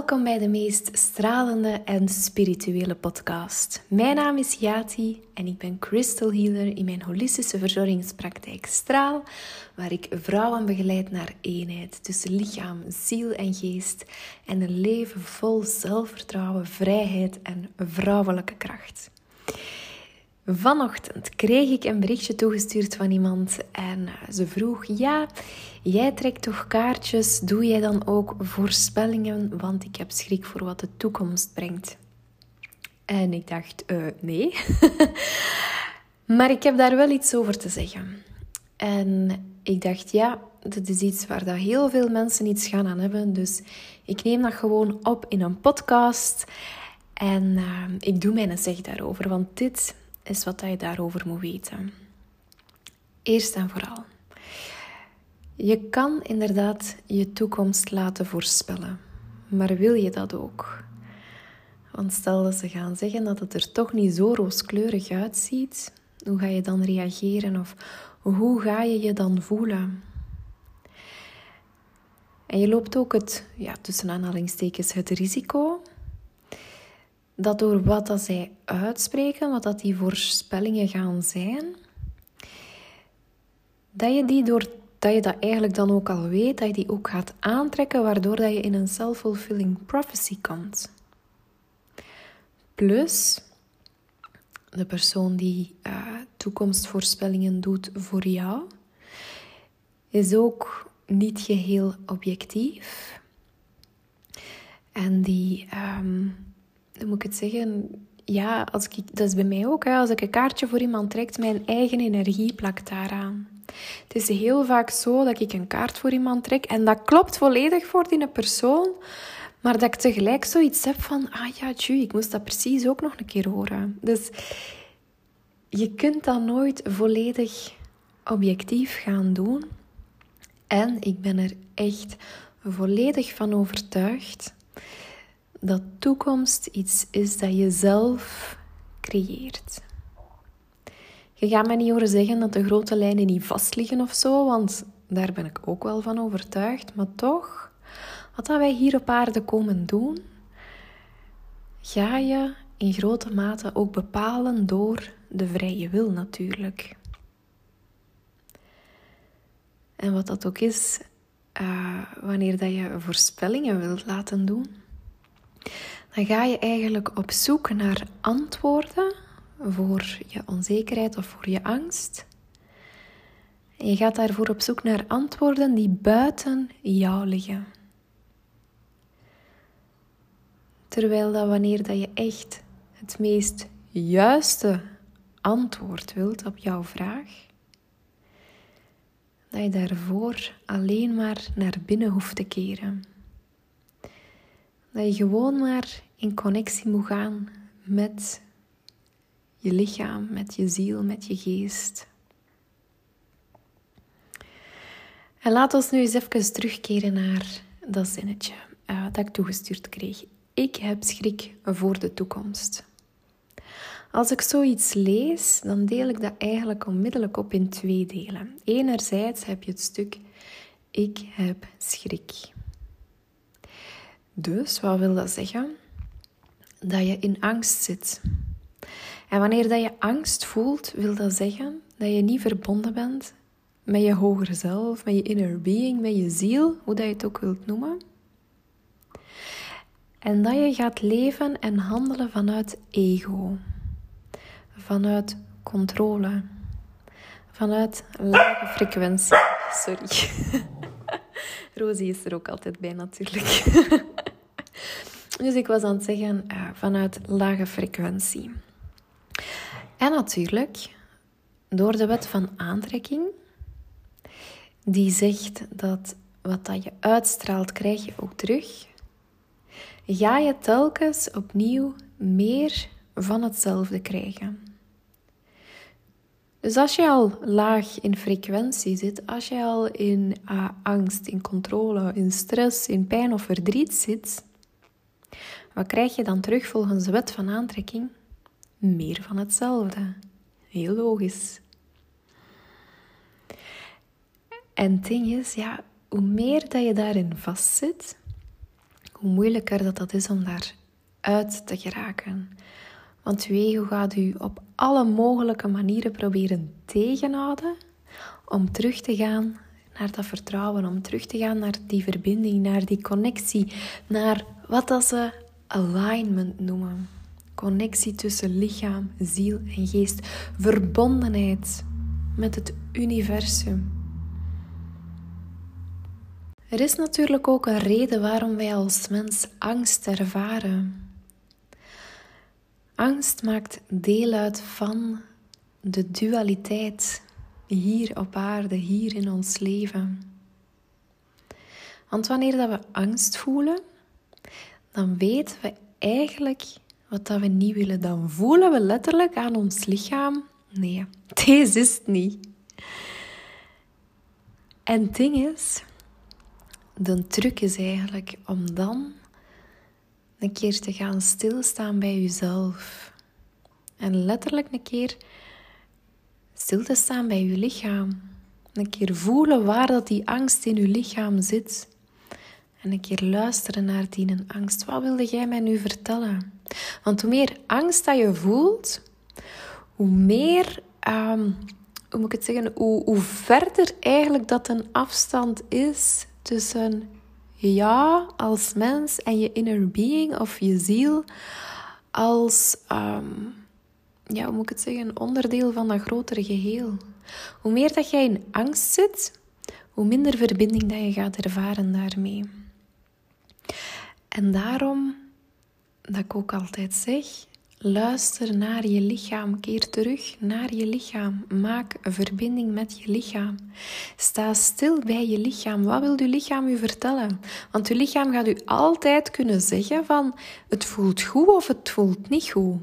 Welkom bij de meest stralende en spirituele podcast. Mijn naam is Yati en ik ben Crystal Healer in mijn holistische verzorgingspraktijk Straal, waar ik vrouwen begeleid naar eenheid tussen lichaam, ziel en geest en een leven vol zelfvertrouwen, vrijheid en vrouwelijke kracht. Vanochtend kreeg ik een berichtje toegestuurd van iemand en ze vroeg: ja, jij trekt toch kaartjes, doe jij dan ook voorspellingen? Want ik heb schrik voor wat de toekomst brengt. En ik dacht, nee. Maar ik heb daar wel iets over te zeggen. En ik dacht, ja, dat is iets waar dat heel veel mensen iets gaan aan hebben. Dus ik neem dat gewoon op in een podcast en ik doe mijn zeg daarover, want dit is wat je daarover moet weten. Eerst en vooral. Je kan inderdaad je toekomst laten voorspellen. Maar wil je dat ook? Want stel dat ze gaan zeggen dat het er toch niet zo rooskleurig uitziet. Hoe ga je dan reageren? Of hoe ga je je dan voelen? En je loopt ook tussen aanhalingstekens, het risico dat door wat dat zij uitspreken, wat dat die voorspellingen gaan zijn, dat je dat eigenlijk dan ook al weet, dat je die ook gaat aantrekken, waardoor dat je in een self-fulfilling prophecy komt. Plus, de persoon die toekomstvoorspellingen doet voor jou, is ook niet geheel objectief. En die... hoe moet ik het zeggen? Ja, dat is bij mij ook. Als ik een kaartje voor iemand trek, mijn eigen energie plakt daaraan. Het is heel vaak zo dat ik een kaart voor iemand trek en dat klopt volledig voor die persoon, maar dat ik tegelijk zoiets heb van, ik moest dat precies ook nog een keer horen. Dus je kunt dat nooit volledig objectief gaan doen. En ik ben er echt volledig van overtuigd dat toekomst iets is dat je zelf creëert. Je gaat mij niet horen zeggen dat de grote lijnen niet vastliggen of zo, want daar ben ik ook wel van overtuigd. Maar toch, wat dat wij hier op aarde komen doen, ga je in grote mate ook bepalen door de vrije wil natuurlijk. En wat dat ook is, wanneer dat je voorspellingen wilt laten doen, dan ga je eigenlijk op zoek naar antwoorden voor je onzekerheid of voor je angst. En je gaat daarvoor op zoek naar antwoorden die buiten jou liggen. Terwijl dat wanneer dat je echt het meest juiste antwoord wilt op jouw vraag, dat je daarvoor alleen maar naar binnen hoeft te keren. Dat je gewoon maar in connectie moet gaan met je lichaam, met je ziel, met je geest. En laat ons nu eens even terugkeren naar dat zinnetje dat ik toegestuurd kreeg. Ik heb schrik voor de toekomst. Als ik zoiets lees, dan deel ik dat eigenlijk onmiddellijk op in 2 delen. Enerzijds heb je het stuk ik heb schrik. Dus, wat wil dat zeggen? Dat je in angst zit. En wanneer dat je angst voelt, wil dat zeggen dat je niet verbonden bent met je hoger zelf, met je inner being, met je ziel, hoe dat je het ook wilt noemen. En dat je gaat leven en handelen vanuit ego, vanuit controle, vanuit lage frequentie. Sorry. Rosie is er ook altijd bij natuurlijk. Dus ik was aan het zeggen vanuit lage frequentie. En natuurlijk, door de wet van aantrekking, die zegt dat wat dat je uitstraalt, krijg je ook terug, ga je telkens opnieuw meer van hetzelfde krijgen. Dus als je al laag in frequentie zit, als je al in angst, in controle, in stress, in pijn of verdriet zit, wat krijg je dan terug volgens de wet van aantrekking? Meer van hetzelfde. Heel logisch. En het ding is, hoe meer dat je daarin vastzit, hoe moeilijker dat is om daaruit te geraken. Want je ego gaat u op alle mogelijke manieren proberen tegenhouden om terug te gaan naar dat vertrouwen, om terug te gaan naar die verbinding, naar die connectie, naar wat dat ze alignment noemen. Connectie tussen lichaam, ziel en geest. Verbondenheid met het universum. Er is natuurlijk ook een reden waarom wij als mens angst ervaren. Angst maakt deel uit van de dualiteit hier op aarde, hier in ons leven. Want wanneer dat we angst voelen, dan weten we eigenlijk wat dat we niet willen. Dan voelen we letterlijk aan ons lichaam, nee, deze is het niet. En het ding is, de truc is eigenlijk om dan een keer te gaan stilstaan bij jezelf. En letterlijk een keer stil te staan bij je lichaam. Een keer voelen waar dat die angst in je lichaam zit. En een keer luisteren naar die angst. Wat wilde jij mij nu vertellen? Want hoe meer angst dat je voelt, hoe meer, hoe moet ik het zeggen, hoe verder eigenlijk dat een afstand is tussen jou als mens en je inner being of je ziel als, hoe moet ik het zeggen, een onderdeel van dat grotere geheel. Hoe meer dat jij in angst zit, hoe minder verbinding dat je gaat ervaren daarmee. En daarom, dat ik ook altijd zeg, luister naar je lichaam, keer terug naar je lichaam. Maak een verbinding met je lichaam. Sta stil bij je lichaam. Wat wil je lichaam u vertellen? Want je lichaam gaat u altijd kunnen zeggen van het voelt goed of het voelt niet goed.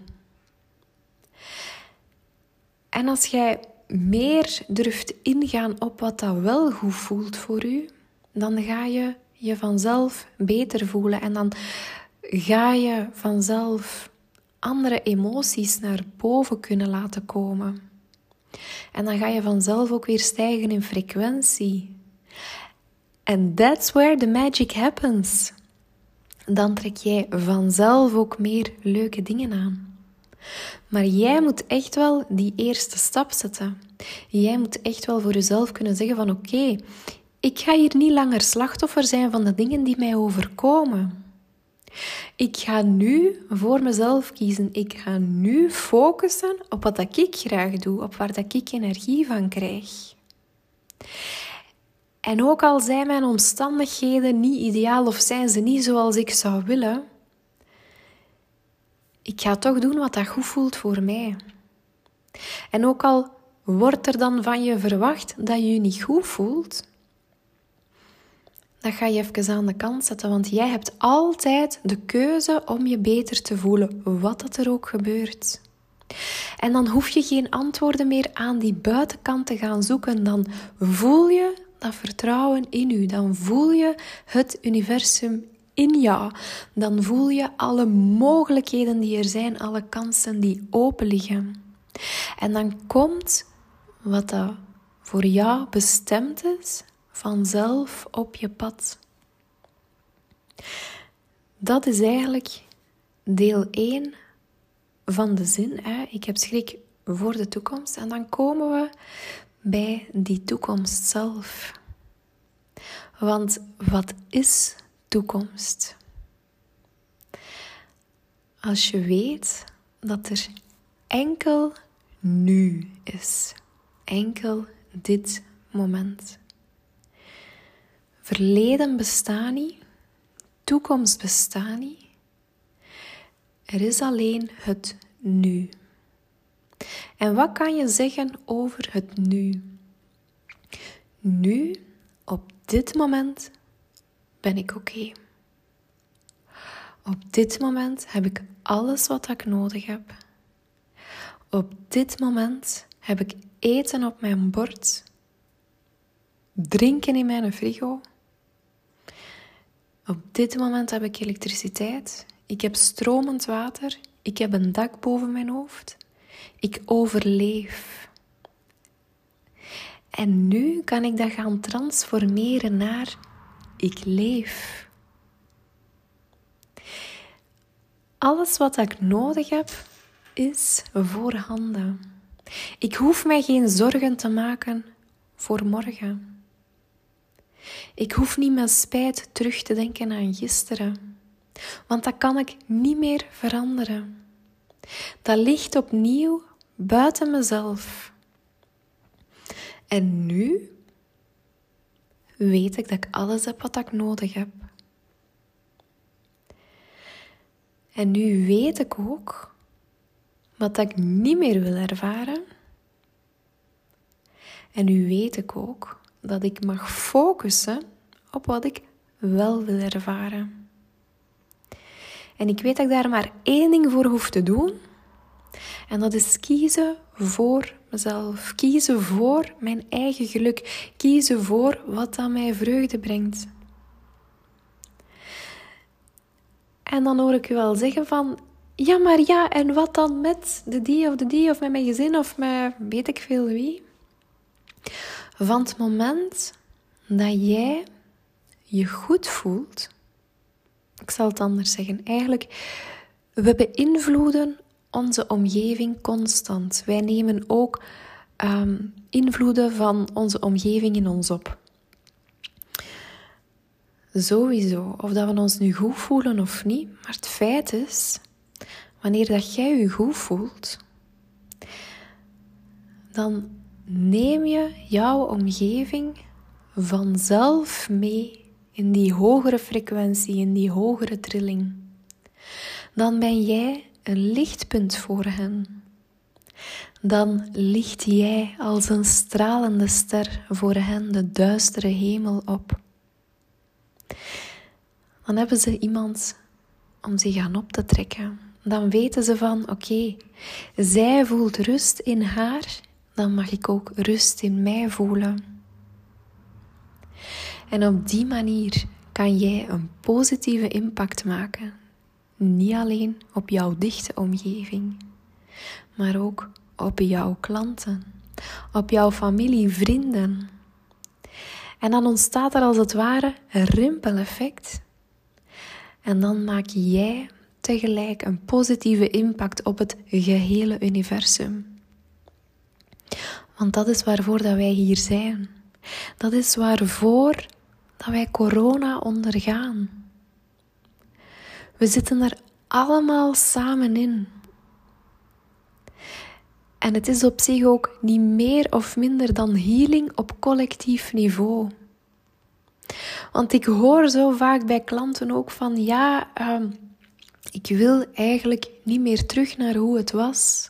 En als jij meer durft ingaan op wat dat wel goed voelt voor u, dan ga je je vanzelf beter voelen. En dan ga je vanzelf andere emoties naar boven kunnen laten komen. En dan ga je vanzelf ook weer stijgen in frequentie. And that's where the magic happens. Dan trek jij vanzelf ook meer leuke dingen aan. Maar jij moet echt wel die eerste stap zetten. Jij moet echt wel voor jezelf kunnen zeggen van oké, ik ga hier niet langer slachtoffer zijn van de dingen die mij overkomen. Ik ga nu voor mezelf kiezen. Ik ga nu focussen op wat dat ik graag doe, op waar dat ik energie van krijg. En ook al zijn mijn omstandigheden niet ideaal of zijn ze niet zoals ik zou willen, ik ga toch doen wat dat goed voelt voor mij. En ook al wordt er dan van je verwacht dat je je niet goed voelt, dat ga je even aan de kant zetten, want jij hebt altijd de keuze om je beter te voelen, wat dat er ook gebeurt. En dan hoef je geen antwoorden meer aan die buitenkant te gaan zoeken. Dan voel je dat vertrouwen in u. Dan voel je het universum in jou. Dan voel je alle mogelijkheden die er zijn, alle kansen die open liggen. En dan komt wat dat voor jou bestemd is, vanzelf op je pad. Dat is eigenlijk deel 1 van de zin. Ik heb schrik voor de toekomst. En dan komen we bij die toekomst zelf. Want wat is toekomst? Als je weet dat er enkel nu is. Enkel dit moment. Verleden bestaat niet. Toekomst bestaat niet. Er is alleen het nu. En wat kan je zeggen over het nu? Nu, op dit moment, ben ik oké. Op dit moment heb ik alles wat ik nodig heb. Op dit moment heb ik eten op mijn bord, drinken in mijn frigo. Op dit moment heb ik elektriciteit. Ik heb stromend water. Ik heb een dak boven mijn hoofd. Ik overleef. En nu kan ik dat gaan transformeren naar ik leef. Alles wat ik nodig heb, is voorhanden. Ik hoef mij geen zorgen te maken voor morgen. Ik hoef niet met spijt terug te denken aan gisteren, want dat kan ik niet meer veranderen. Dat ligt opnieuw buiten mezelf. En nu weet ik dat ik alles heb wat ik nodig heb. En nu weet ik ook wat ik niet meer wil ervaren. En nu weet ik ook dat ik mag focussen op wat ik wel wil ervaren. En ik weet dat ik daar maar één ding voor hoef te doen. En dat is kiezen voor mezelf. Kiezen voor mijn eigen geluk. Kiezen voor wat aan mij vreugde brengt. En dan hoor ik u wel zeggen van... Ja, maar ja, en wat dan met de die of met mijn gezin of met weet ik veel wie? Van het moment dat jij je goed voelt... Ik zal het anders zeggen. Eigenlijk, we beïnvloeden onze omgeving constant. Wij nemen ook invloeden van onze omgeving in ons op. Sowieso, of dat we ons nu goed voelen of niet. Maar het feit is, wanneer dat jij je goed voelt, dan neem je jouw omgeving vanzelf mee in die hogere frequentie, in die hogere trilling. Dan ben jij een lichtpunt voor hen. Dan licht jij als een stralende ster voor hen de duistere hemel op. Dan hebben ze iemand om zich aan op te trekken. Dan weten ze van, oké, zij voelt rust in haar, dan mag ik ook rust in mij voelen. En op die manier kan jij een positieve impact maken. Niet alleen op jouw dichte omgeving, maar ook op jouw klanten, op jouw familie, vrienden. En dan ontstaat er als het ware een rimpeleffect. En dan maak jij tegelijk een positieve impact op het gehele universum. Want dat is waarvoor dat wij hier zijn. Dat is waarvoor dat wij corona ondergaan. We zitten er allemaal samen in. En het is op zich ook niet meer of minder dan healing op collectief niveau. Want ik hoor zo vaak bij klanten ook van... ik wil eigenlijk niet meer terug naar hoe het was.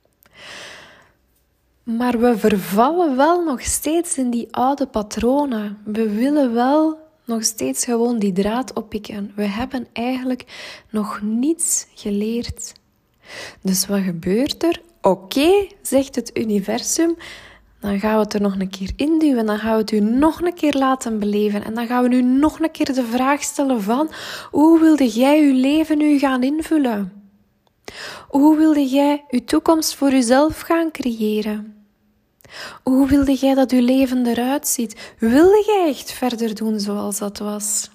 Maar we vervallen wel nog steeds in die oude patronen. We willen wel nog steeds gewoon die draad oppikken. We hebben eigenlijk nog niets geleerd. Dus wat gebeurt er? Oké, zegt het universum, dan gaan we het er nog een keer induwen. Dan gaan we het u nog een keer laten beleven. En dan gaan we u nog een keer de vraag stellen van... Hoe wilde jij je leven nu gaan invullen? Hoe wilde jij je toekomst voor jezelf gaan creëren? Hoe wilde jij dat je leven eruit ziet? Wilde jij echt verder doen zoals dat was?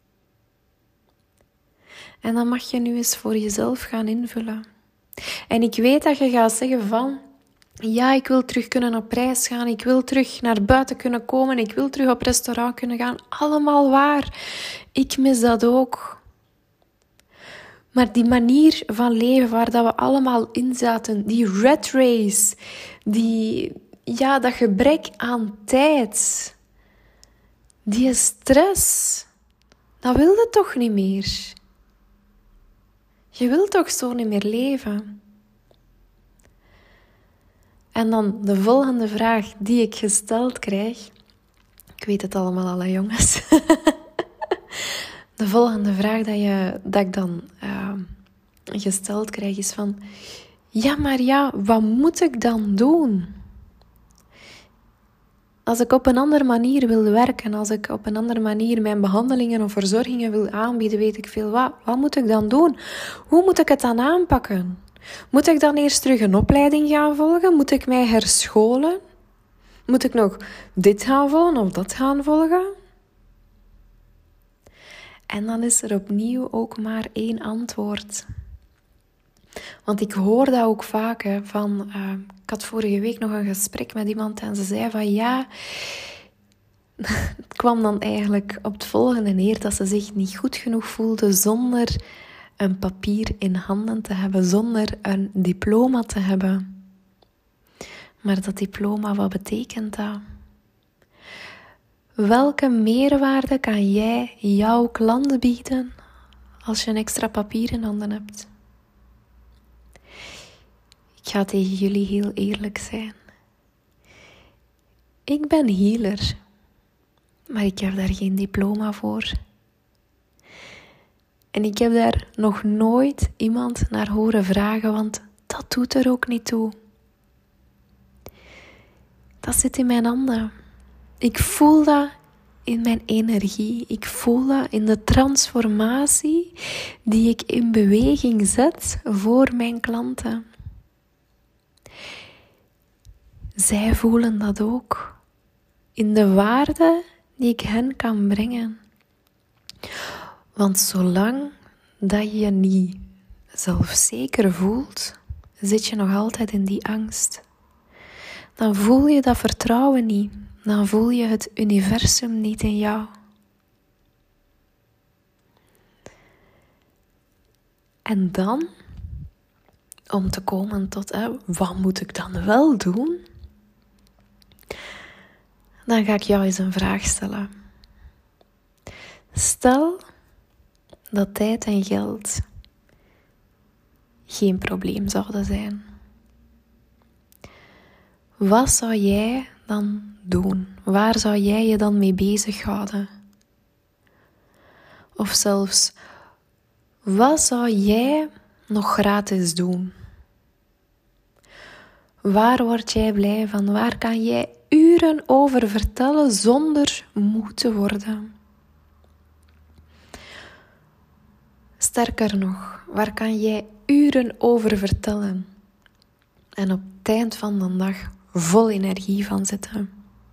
En dan mag je nu eens voor jezelf gaan invullen. En ik weet dat je gaat zeggen van... Ja, ik wil terug kunnen op reis gaan. Ik wil terug naar buiten kunnen komen. Ik wil terug op restaurant kunnen gaan. Allemaal waar. Ik mis dat ook. Maar die manier van leven waar dat we allemaal in zaten, die rat race, dat gebrek aan tijd, die stress, dat wil je toch niet meer. Je wilt toch zo niet meer leven. En dan de volgende vraag die ik gesteld krijg. Ik weet het allemaal al, hè, jongens. De volgende vraag dat ik dan gesteld krijg is van... Ja, maar ja, wat moet ik dan doen? Als ik op een andere manier wil werken, als ik op een andere manier mijn behandelingen of verzorgingen wil aanbieden, weet ik veel wat. Wat moet ik dan doen? Hoe moet ik het dan aanpakken? Moet ik dan eerst terug een opleiding gaan volgen? Moet ik mij herscholen? Moet ik nog dit gaan volgen of dat gaan volgen? En dan is er opnieuw ook maar één antwoord. Want ik hoor dat ook vaak. Ik had vorige week nog een gesprek met iemand en ze zei van ja... Het kwam dan eigenlijk op het volgende neer dat ze zich niet goed genoeg voelde zonder een papier in handen te hebben, zonder een diploma te hebben. Maar dat diploma, wat betekent dat? Welke meerwaarde kan jij jouw klant bieden als je een extra papier in handen hebt? Ik ga tegen jullie heel eerlijk zijn. Ik ben healer, maar ik heb daar geen diploma voor. En ik heb daar nog nooit iemand naar horen vragen, want dat doet er ook niet toe. Dat zit in mijn handen. Ik voel dat in mijn energie. Ik voel dat in de transformatie die ik in beweging zet voor mijn klanten. Zij voelen dat ook. In de waarde die ik hen kan brengen. Want zolang dat je je niet zelfzeker voelt, zit je nog altijd in die angst. Dan voel je dat vertrouwen niet. Dan voel je het universum niet in jou. En dan, om te komen tot, wat moet ik dan wel doen? Dan ga ik jou eens een vraag stellen. Stel dat tijd en geld geen probleem zouden zijn. Wat zou jij dan doen? Waar zou jij je dan mee bezighouden? Of zelfs, wat zou jij nog gratis doen? Waar word jij blij van? Waar kan jij uren over vertellen zonder moe te worden? Sterker nog, waar kan jij uren over vertellen en op het eind van de dag vol energie van zitten?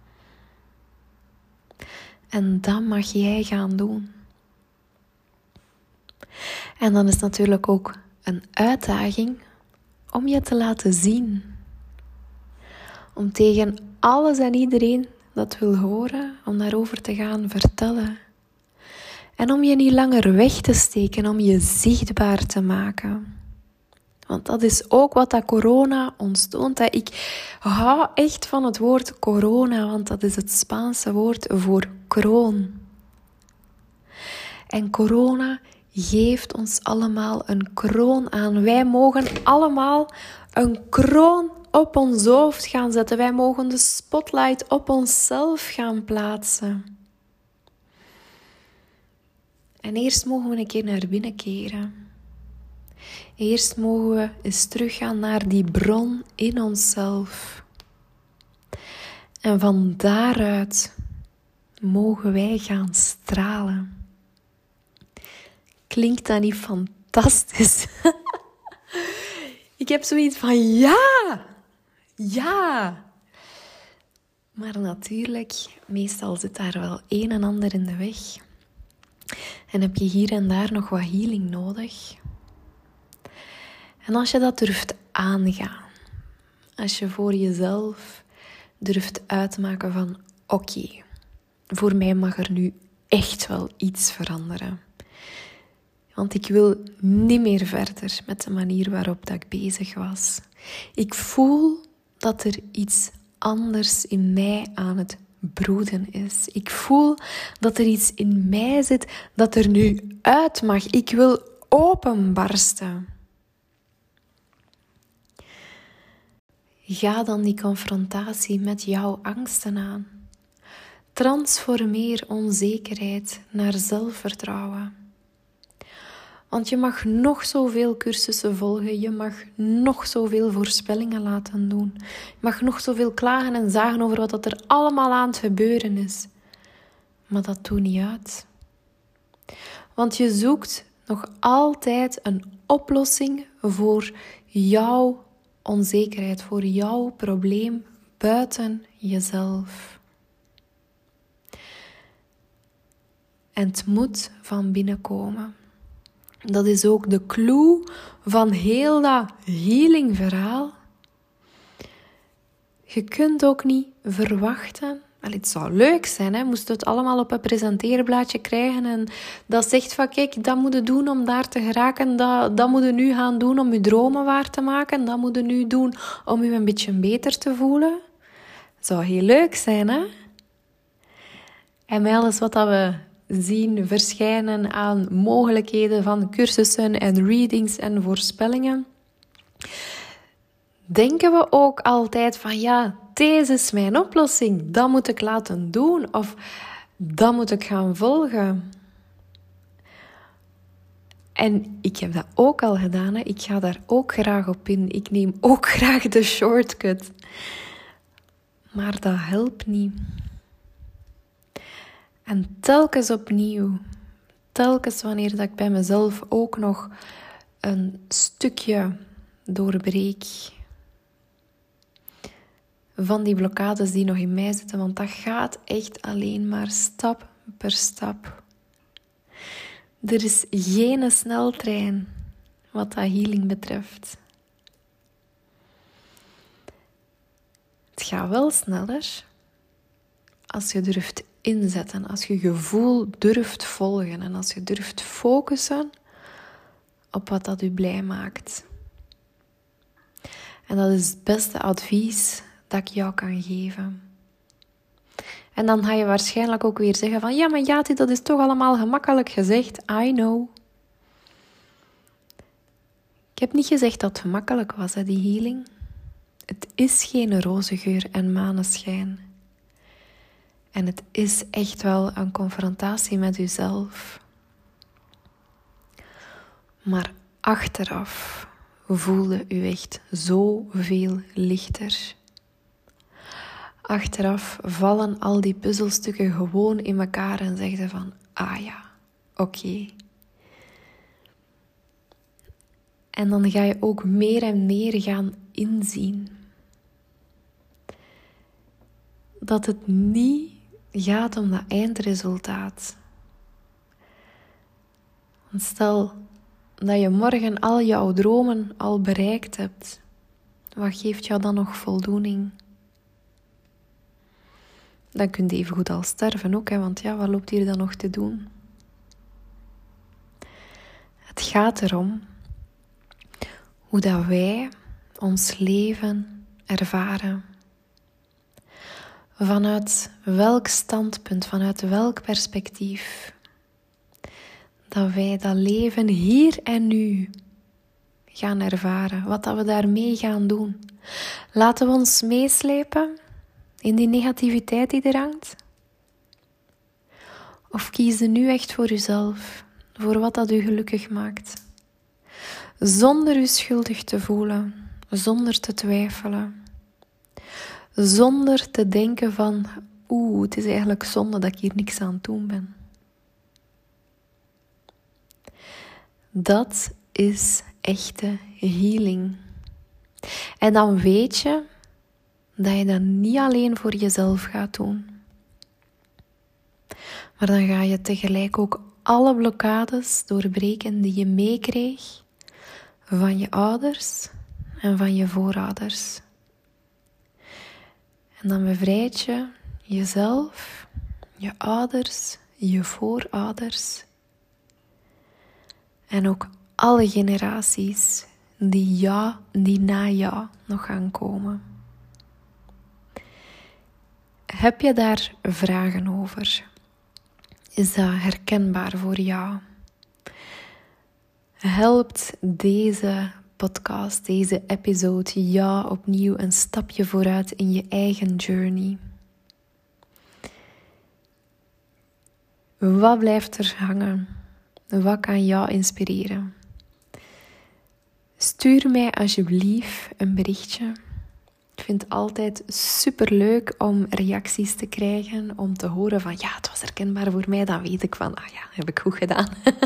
En dat mag jij gaan doen. En dan is het natuurlijk ook een uitdaging om je te laten zien. Om tegen alles en iedereen dat wil horen, om daarover te gaan vertellen. En om je niet langer weg te steken, om je zichtbaar te maken. Want dat is ook wat dat corona ons toont. Ik hou echt van het woord corona, want dat is het Spaanse woord voor kroon. En corona geeft ons allemaal een kroon aan. Wij mogen allemaal een kroon op ons hoofd gaan zetten. Wij mogen de spotlight op onszelf gaan plaatsen. En eerst mogen we een keer naar binnen keren. Eerst mogen we eens teruggaan naar die bron in onszelf. En van daaruit mogen wij gaan stralen. Klinkt dat niet fantastisch? Ik heb zoiets van ja. Maar natuurlijk, meestal zit daar wel een en ander in de weg. En heb je hier en daar nog wat healing nodig. En als je dat durft aangaan, als je voor jezelf durft uitmaken van oké, voor mij mag er nu echt wel iets veranderen. Want ik wil niet meer verder met de manier waarop dat ik bezig was. Ik voel dat er iets anders in mij aan het broeden is. Ik voel dat er iets in mij zit dat er nu uit mag. Ik wil openbarsten. Ga dan die confrontatie met jouw angsten aan. Transformeer onzekerheid naar zelfvertrouwen. Want je mag nog zoveel cursussen volgen. Je mag nog zoveel voorspellingen laten doen. Je mag nog zoveel klagen en zagen over wat er allemaal aan het gebeuren is. Maar dat doet niet uit. Want je zoekt nog altijd een oplossing voor jouw onzekerheid, voor jouw probleem buiten jezelf. En het moet van binnen komen. Dat is ook de clue van heel dat healing verhaal. Je kunt ook niet verwachten. Het zou leuk zijn, hè? Moest het allemaal op een presenteerblaadje krijgen en dat zegt van kijk, dat moet je doen om daar te geraken, dat moet je nu gaan doen om je dromen waar te maken, dat moet je nu doen om je een beetje beter te voelen. Dat zou heel leuk zijn, hè? En met alles wat we zien verschijnen aan mogelijkheden van cursussen en readings en voorspellingen, denken we ook altijd van ja, deze is mijn oplossing, dat moet ik laten doen of dat moet ik gaan volgen. En ik heb dat ook al gedaan, hè. Ik ga daar ook graag op in, ik neem ook graag de shortcut. Maar dat helpt niet. En telkens opnieuw, telkens wanneer dat ik bij mezelf ook nog een stukje doorbreek van die blokkades die nog in mij zitten, want dat gaat echt alleen maar stap per stap. Er is geen sneltrein wat dat healing betreft. Het gaat wel sneller als je durft inzetten, als je gevoel durft volgen en als je durft focussen op wat dat je blij maakt. En dat is het beste advies dat ik jou kan geven. En dan ga je waarschijnlijk ook weer zeggen van ja, maar Jati, dat is toch allemaal gemakkelijk gezegd. I know. Ik heb niet gezegd dat het gemakkelijk was, hè, die healing. Het is geen roze geur en maneschijn. En het is echt wel een confrontatie met jezelf. Maar achteraf voelde u echt zoveel lichter. Achteraf vallen al die puzzelstukken gewoon in elkaar en zeggen van, ah ja, oké. En dan ga je ook meer en meer gaan inzien dat het niet gaat om dat eindresultaat. Want stel dat je morgen al jouw dromen al bereikt hebt, wat geeft jou dan nog voldoening? Dan kun je even goed al sterven ook, hè, want ja, wat loopt hier dan nog te doen? Het gaat erom hoe dat wij ons leven ervaren. Vanuit welk standpunt, vanuit welk perspectief. Dat wij dat leven hier en nu gaan ervaren. Wat dat we daarmee gaan doen. Laten we ons meeslepen in die negativiteit die er hangt? Of kiezen nu echt voor uzelf, voor wat dat u gelukkig maakt? Zonder u schuldig te voelen, zonder te twijfelen. Zonder te denken van, het is eigenlijk zonde dat ik hier niks aan het doen ben. Dat is echte healing. En dan weet je dat je dat niet alleen voor jezelf gaat doen. Maar dan ga je tegelijk ook alle blokkades doorbreken die je meekreeg van je ouders en van je voorouders. En dan bevrijd je jezelf, je ouders, je voorouders en ook alle generaties die na jou nog gaan komen. Heb je daar vragen over? Is dat herkenbaar voor jou? Helpt deze podcast, deze episode jou opnieuw een stapje vooruit in je eigen journey? Wat blijft er hangen? Wat kan jou inspireren? Stuur mij alsjeblieft een berichtje. Ik vind het altijd superleuk om reacties te krijgen, om te horen van ja, het was herkenbaar voor mij. Dan weet ik van, heb ik goed gedaan.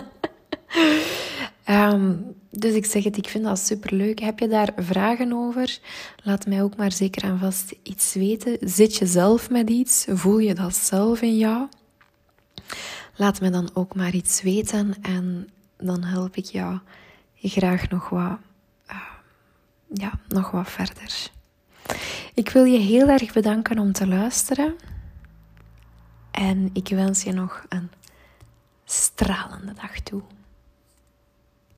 Dus ik zeg het, ik vind dat superleuk. Heb je daar vragen over? Laat mij ook maar zeker en vast iets weten. Zit je zelf met iets? Voel je dat zelf in jou? Laat me dan ook maar iets weten. En dan help ik jou graag nog wat verder. Ik wil je heel erg bedanken om te luisteren. En ik wens je nog een stralende dag toe.